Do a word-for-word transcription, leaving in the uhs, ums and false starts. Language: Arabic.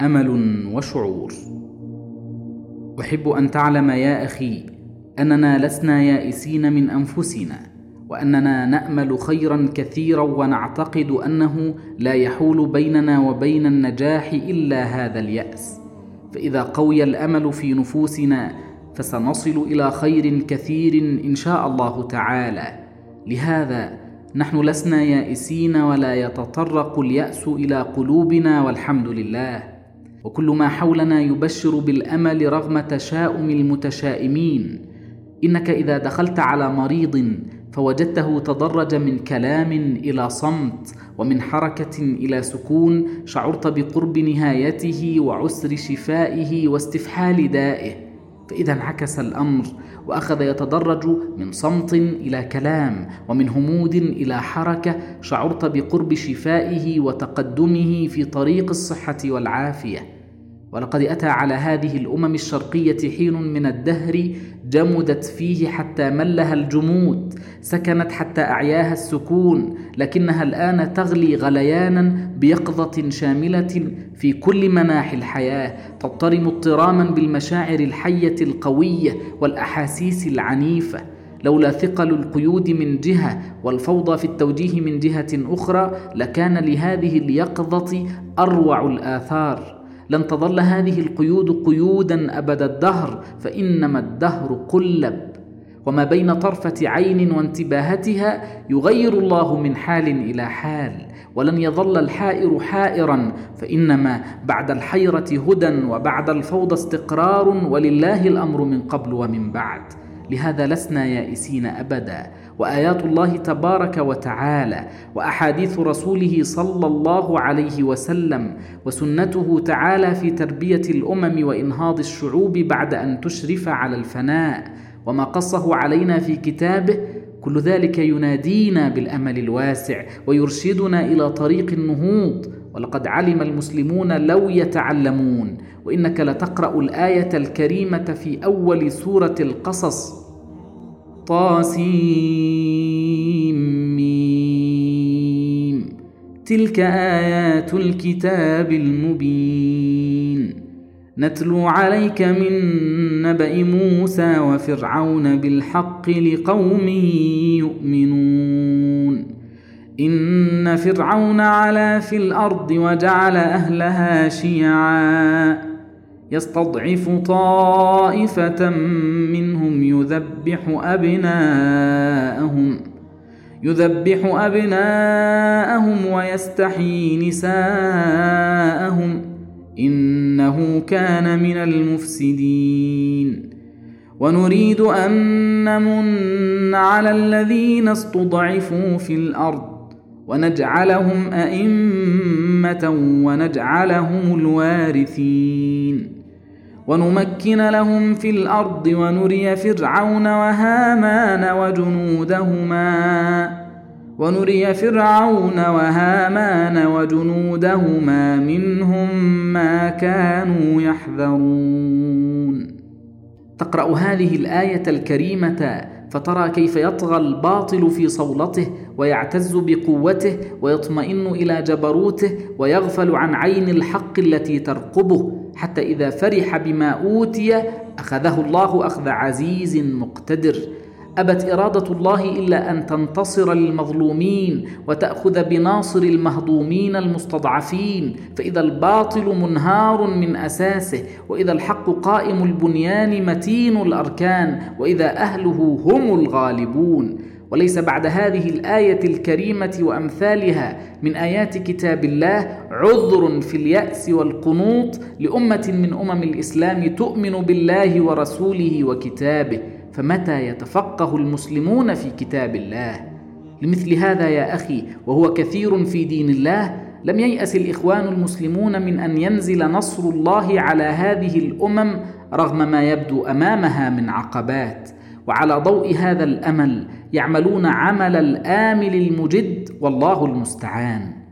أمل وشعور. أحب أن تعلم يا أخي أننا لسنا يائسين من أنفسنا، وأننا نأمل خيرا كثيرا، ونعتقد أنه لا يحول بيننا وبين النجاح إلا هذا اليأس. فإذا قوي الأمل في نفوسنا فسنصل إلى خير كثير إن شاء الله تعالى. لهذا نحن لسنا يائسين، ولا يتطرق اليأس إلى قلوبنا، والحمد لله. وكل ما حولنا يبشر بالأمل رغم تشاؤم المتشائمين. إنك إذا دخلت على مريض فوجدته تدرج من كلام إلى صمت، ومن حركة إلى سكون، شعرت بقرب نهايته وعسر شفائه واستفحال دائه. فإذا انعكس الأمر وأخذ يتدرج من صمت إلى كلام، ومن همود إلى حركة، شعرت بقرب شفائه وتقدمه في طريق الصحة والعافية. ولقد أتى على هذه الأمم الشرقية حين من الدهر جمدت فيه حتى ملها الجمود، سكنت حتى أعياها السكون، لكنها الآن تغلي غليانا بيقظة شاملة في كل مناحي الحياة، تضطرم اضطراما بالمشاعر الحية القوية والأحاسيس العنيفة. لولا ثقل القيود من جهة والفوضى في التوجيه من جهة أخرى لكان لهذه اليقظة أروع الآثار. لن تظل هذه القيود قيودا أبد الدهر، فإنما الدهر قلب، وما بين طرفة عين وانتباهتها يغير الله من حال إلى حال. ولن يظل الحائر حائرا، فإنما بعد الحيرة هدى، وبعد الفوضى استقرار، ولله الأمر من قبل ومن بعد. لهذا لسنا يائسين أبدا. وآيات الله تبارك وتعالى وأحاديث رسوله صلى الله عليه وسلم وسنته تعالى في تربية الأمم وإنهاض الشعوب بعد أن تشرف على الفناء، وما قصه علينا في كتابه، كل ذلك ينادينا بالأمل الواسع ويرشدنا إلى طريق النهوض. ولقد علم المسلمون لو يتعلمون. وإنك لتقرأ الآية الكريمة في أول سورة القصص: طاسيم تلك آيات الكتاب المبين نتلو عليك من نبأ موسى وفرعون بالحق لقوم يؤمنون إن فرعون علا في الأرض وجعل أهلها شيعا يستضعف طائفة منهم يذبح أبناءهم يذبح أبناءهم ويستحيي نساءهم إنه كان من المفسدين. ونريد أن نمن على الذين استضعفوا في الأرض ونجعلهم أئمة ونجعلهم الوارثين ونمكن لهم في الأرض ونري فرعون وهامان وجنودهما ونري فرعون وهامان وجنودهما منهم ما كانوا يحذرون. تقرأ هذه الآية الكريمة فترى كيف يطغى الباطل في صولته ويعتز بقوته ويطمئن إلى جبروته ويغفل عن عين الحق التي ترقبه، حتى إذا فرح بما أوتي أخذه الله أخذ عزيز مقتدر. أبت إرادة الله إلا أن تنتصر للمظلومين وتأخذ بناصر المهضومين المستضعفين، فإذا الباطل منهار من أساسه، وإذا الحق قائم البنيان متين الأركان، وإذا أهله هم الغالبون. وليس بعد هذه الآية الكريمة وأمثالها من آيات كتاب الله عذر في اليأس والقنوط لأمة من أمم الإسلام تؤمن بالله ورسوله وكتابه. فمتى يتفقه المسلمون في كتاب الله؟ لمثل هذا يا أخي، وهو كثير في دين الله، لم ييأس الإخوان المسلمون من أن ينزل نصر الله على هذه الأمم رغم ما يبدو أمامها من عقبات. وعلى ضوء هذا الأمل يعملون عمل الآمل المجد، والله المستعان.